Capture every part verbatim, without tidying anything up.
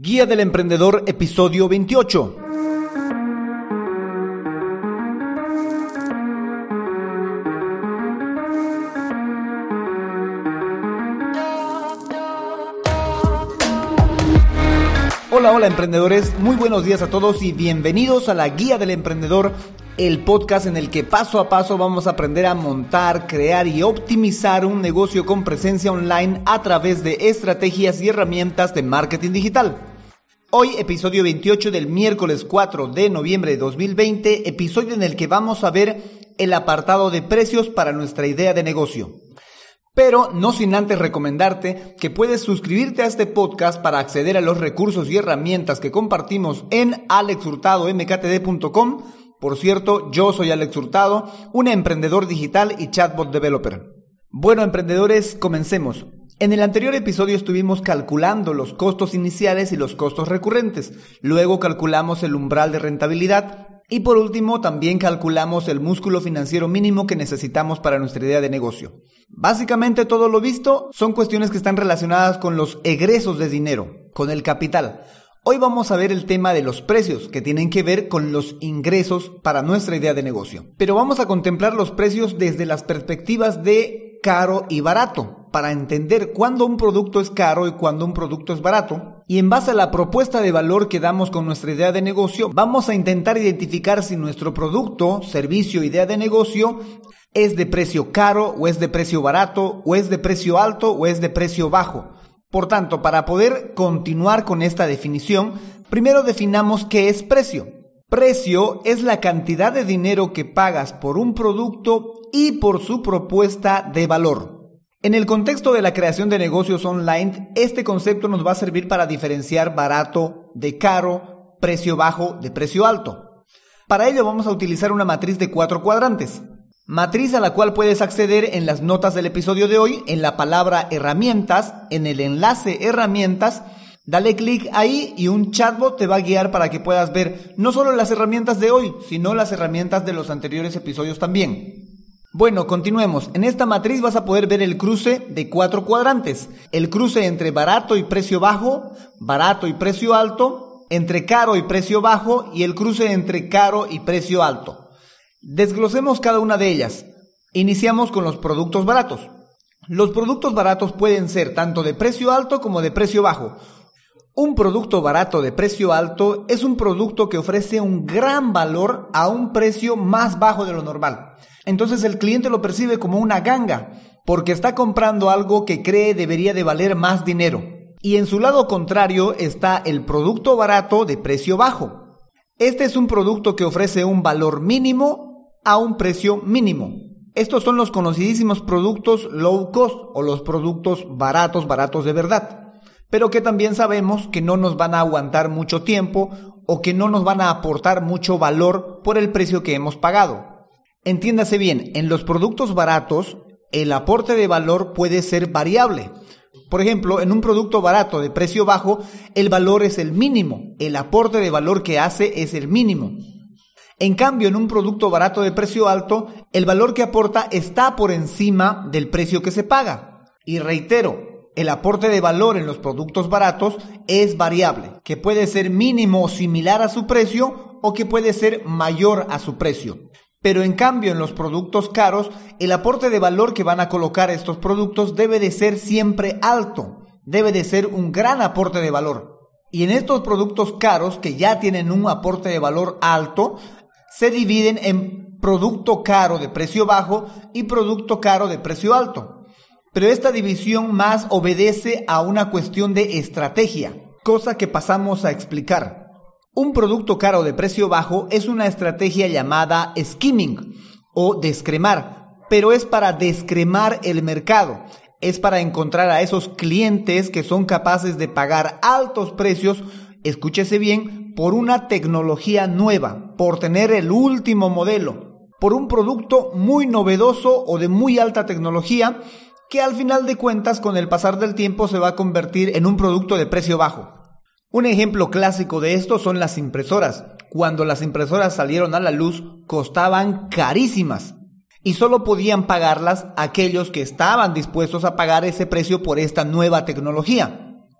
Guía del Emprendedor, episodio veintiocho. Hola, hola emprendedores, muy buenos días a todos y bienvenidos a la Guía del Emprendedor, el podcast en el que paso a paso vamos a aprender a montar, crear y optimizar un negocio con presencia online a través de estrategias y herramientas de marketing digital. Hoy, episodio veintiocho del miércoles cuatro de noviembre de dos mil veinte, episodio en el que vamos a ver el apartado de precios para nuestra idea de negocio. Pero no sin antes recomendarte que puedes suscribirte a este podcast para acceder a los recursos y herramientas que compartimos en alex hurtado m k t d punto com. Por cierto, yo soy Alex Hurtado, un emprendedor digital y chatbot developer. Bueno, emprendedores, comencemos. En el anterior episodio estuvimos calculando los costos iniciales y los costos recurrentes. Luego calculamos el umbral de rentabilidad. Y por último, también calculamos el músculo financiero mínimo que necesitamos para nuestra idea de negocio. Básicamente todo lo visto son cuestiones que están relacionadas con los egresos de dinero, con el capital. Hoy vamos a ver el tema de los precios, que tienen que ver con los ingresos para nuestra idea de negocio. Pero vamos a contemplar los precios desde las perspectivas de caro y barato, para entender cuándo un producto es caro y cuándo un producto es barato. Y en base a la propuesta de valor que damos con nuestra idea de negocio, vamos a intentar identificar si nuestro producto, servicio, idea de negocio es de precio caro o es de precio barato o es de precio alto o es de precio bajo. Por tanto, para poder continuar con esta definición, primero definamos qué es precio. Precio es la cantidad de dinero que pagas por un producto y por su propuesta de valor. En el contexto de la creación de negocios online, este concepto nos va a servir para diferenciar barato de caro, precio bajo de precio alto. Para ello vamos a utilizar una matriz de cuatro cuadrantes. Matriz a la cual puedes acceder en las notas del episodio de hoy, en la palabra herramientas, en el enlace herramientas. Dale clic ahí y un chatbot te va a guiar para que puedas ver no solo las herramientas de hoy, sino las herramientas de los anteriores episodios también. Bueno, continuemos. En esta matriz vas a poder ver el cruce de cuatro cuadrantes. El cruce entre barato y precio bajo, barato y precio alto, entre caro y precio bajo y el cruce entre caro y precio alto. Desglosemos cada una de ellas. Iniciamos con los productos baratos. Los productos baratos pueden ser tanto de precio alto como de precio bajo. Un producto barato de precio alto es un producto que ofrece un gran valor a un precio más bajo de lo normal. Entonces el cliente lo percibe como una ganga, porque está comprando algo que cree debería de valer más dinero. Y en su lado contrario está el producto barato de precio bajo. Este es un producto que ofrece un valor mínimo a un precio mínimo. Estos son los conocidísimos productos low cost o los productos baratos, baratos de verdad, pero que también sabemos que no nos van a aguantar mucho tiempo o que no nos van a aportar mucho valor por el precio que hemos pagado. Entiéndase bien, en los productos baratos el aporte de valor puede ser variable. Por ejemplo, en un producto barato de precio bajo, el valor es el mínimo, el aporte de valor que hace es el mínimo. En cambio, en un producto barato de precio alto, el valor que aporta está por encima del precio que se paga. Y reitero, el aporte de valor en los productos baratos es variable, que puede ser mínimo o similar a su precio o que puede ser mayor a su precio. Pero en cambio, en los productos caros, el aporte de valor que van a colocar estos productos debe de ser siempre alto, debe de ser un gran aporte de valor. Y en estos productos caros, que ya tienen un aporte de valor alto, se dividen en producto caro de precio bajo y producto caro de precio alto. Pero esta división más obedece a una cuestión de estrategia, cosa que pasamos a explicar. Un producto caro de precio bajo es una estrategia llamada skimming o descremar, pero es para descremar el mercado. Es para encontrar a esos clientes que son capaces de pagar altos precios, escúchese bien, por una tecnología nueva, por tener el último modelo, por un producto muy novedoso o de muy alta tecnología que al final de cuentas con el pasar del tiempo se va a convertir en un producto de precio bajo. Un ejemplo clásico de esto son las impresoras. Cuando las impresoras salieron a la luz, costaban carísimas y solo podían pagarlas aquellos que estaban dispuestos a pagar ese precio por esta nueva tecnología.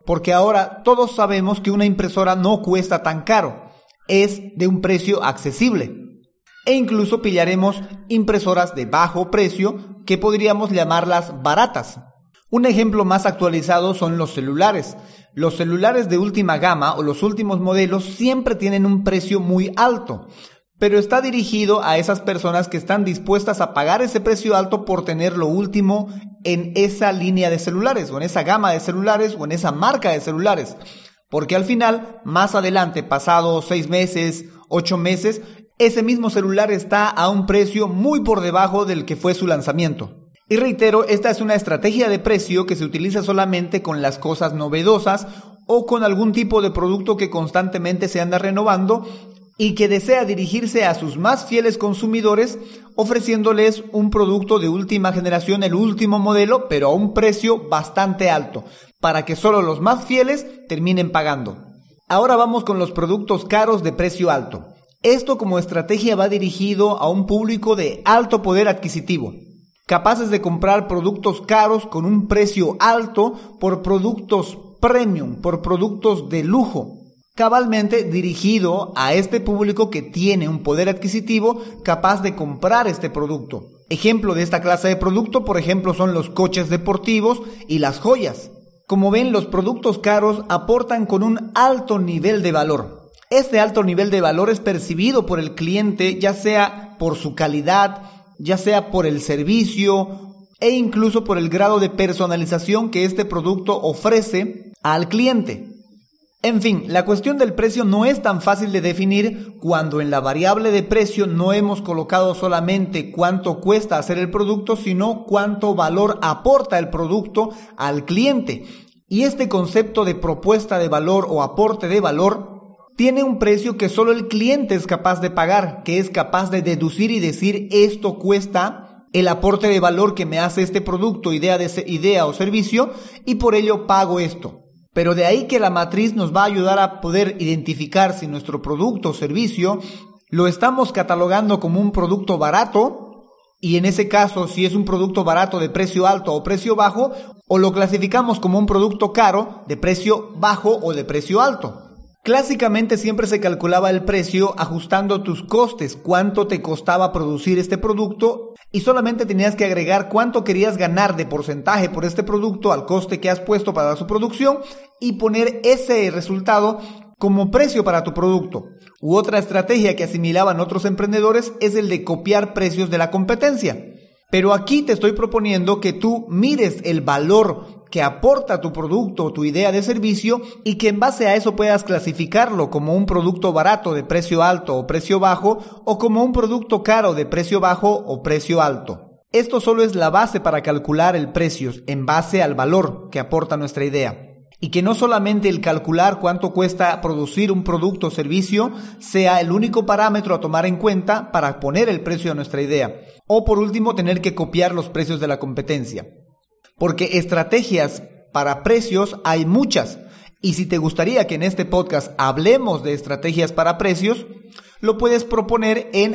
porque ahora todos sabemos que una impresora no cuesta tan caro, es de un precio accesible. E incluso pillaremos impresoras de bajo precio que podríamos llamarlas baratas. Un ejemplo más actualizado son los celulares. Los celulares de última gama o los últimos modelos siempre tienen un precio muy alto, pero está dirigido a esas personas que están dispuestas a pagar ese precio alto por tener lo último en esa línea de celulares o en esa gama de celulares o en esa marca de celulares. Porque al final, más adelante, pasados seis meses, ocho meses, ese mismo celular está a un precio muy por debajo del que fue su lanzamiento. Y reitero, esta es una estrategia de precio que se utiliza solamente con las cosas novedosas o con algún tipo de producto que constantemente se anda renovando y que desea dirigirse a sus más fieles consumidores ofreciéndoles un producto de última generación, el último modelo, pero a un precio bastante alto, para que solo los más fieles terminen pagando. Ahora vamos con los productos caros de precio alto. Esto como estrategia va dirigido a un público de alto poder adquisitivo, capaces de comprar productos caros con un precio alto por productos premium, por productos de lujo, cabalmente dirigido a este público que tiene un poder adquisitivo capaz de comprar este producto. Ejemplo de esta clase de producto, por ejemplo, son los coches deportivos y las joyas. Como ven, los productos caros aportan con un alto nivel de valor. Este alto nivel de valor es percibido por el cliente, ya sea por su calidad, ya sea por el servicio e incluso por el grado de personalización que este producto ofrece al cliente. En fin, la cuestión del precio no es tan fácil de definir cuando en la variable de precio no hemos colocado solamente cuánto cuesta hacer el producto, sino cuánto valor aporta el producto al cliente. Y este concepto de propuesta de valor o aporte de valor tiene un precio que solo el cliente es capaz de pagar, que es capaz de deducir y decir esto cuesta el aporte de valor que me hace este producto, idea, de, idea o servicio, y por ello pago esto. Pero de ahí que la matriz nos va a ayudar a poder identificar si nuestro producto o servicio lo estamos catalogando como un producto barato, y en ese caso si es un producto barato de precio alto o precio bajo, o lo clasificamos como un producto caro de precio bajo o de precio alto. Clásicamente siempre se calculaba el precio ajustando tus costes, cuánto te costaba producir este producto y solamente tenías que agregar cuánto querías ganar de porcentaje por este producto al coste que has puesto para su producción y poner ese resultado como precio para tu producto. U otra estrategia que asimilaban otros emprendedores es el de copiar precios de la competencia. Pero aquí te estoy proponiendo que tú mires el valor que aporta tu producto o tu idea de servicio y que en base a eso puedas clasificarlo como un producto barato de precio alto o precio bajo o como un producto caro de precio bajo o precio alto. Esto solo es la base para calcular el precio en base al valor que aporta nuestra idea. Y que no solamente el calcular cuánto cuesta producir un producto o servicio sea el único parámetro a tomar en cuenta para poner el precio a nuestra idea. O por último, tener que copiar los precios de la competencia. Porque estrategias para precios hay muchas. Y si te gustaría que en este podcast hablemos de estrategias para precios, lo puedes proponer en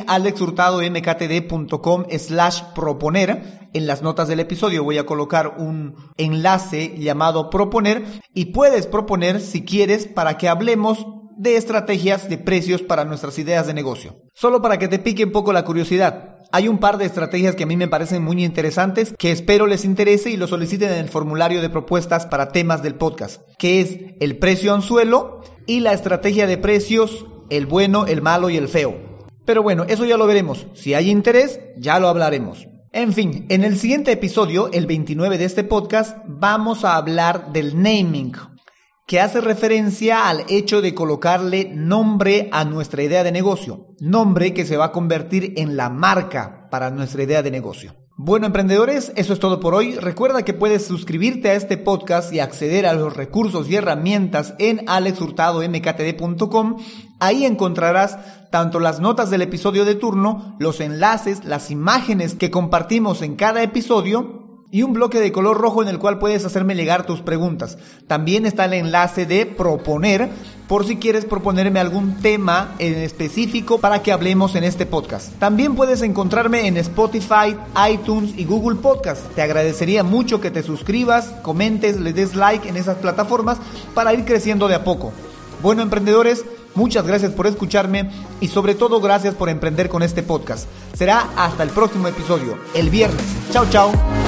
alexhurtadomktd.com slash proponer. En las notas del episodio voy a colocar un enlace llamado proponer y puedes proponer si quieres para que hablemos de estrategias de precios para nuestras ideas de negocio. Solo para que te pique un poco la curiosidad. Hay un par de estrategias que a mí me parecen muy interesantes que espero les interese y lo soliciten en el formulario de propuestas para temas del podcast, que es el precio anzuelo y la estrategia de precios, el bueno, el malo y el feo. Pero bueno, eso ya lo veremos. Si hay interés, ya lo hablaremos. En fin, en el siguiente episodio, el veintinueve de este podcast, vamos a hablar del naming, que hace referencia al hecho de colocarle nombre a nuestra idea de negocio. Nombre que se va a convertir en la marca para nuestra idea de negocio. Bueno, emprendedores, eso es todo por hoy. Recuerda que puedes suscribirte a este podcast y acceder a los recursos y herramientas en alex hurtado m k t d punto com. Ahí encontrarás tanto las notas del episodio de turno, los enlaces, las imágenes que compartimos en cada episodio y un bloque de color rojo en el cual puedes hacerme llegar tus preguntas. También está el enlace de proponer por si quieres proponerme algún tema en específico para que hablemos en este podcast. También puedes encontrarme en Spotify, iTunes y Google Podcast. Te agradecería mucho que te suscribas, comentes, le des like en esas plataformas para ir creciendo de a poco. Bueno, emprendedores, muchas gracias por escucharme y sobre todo gracias por emprender con este podcast. Será hasta el próximo episodio, el viernes. Chao, chao.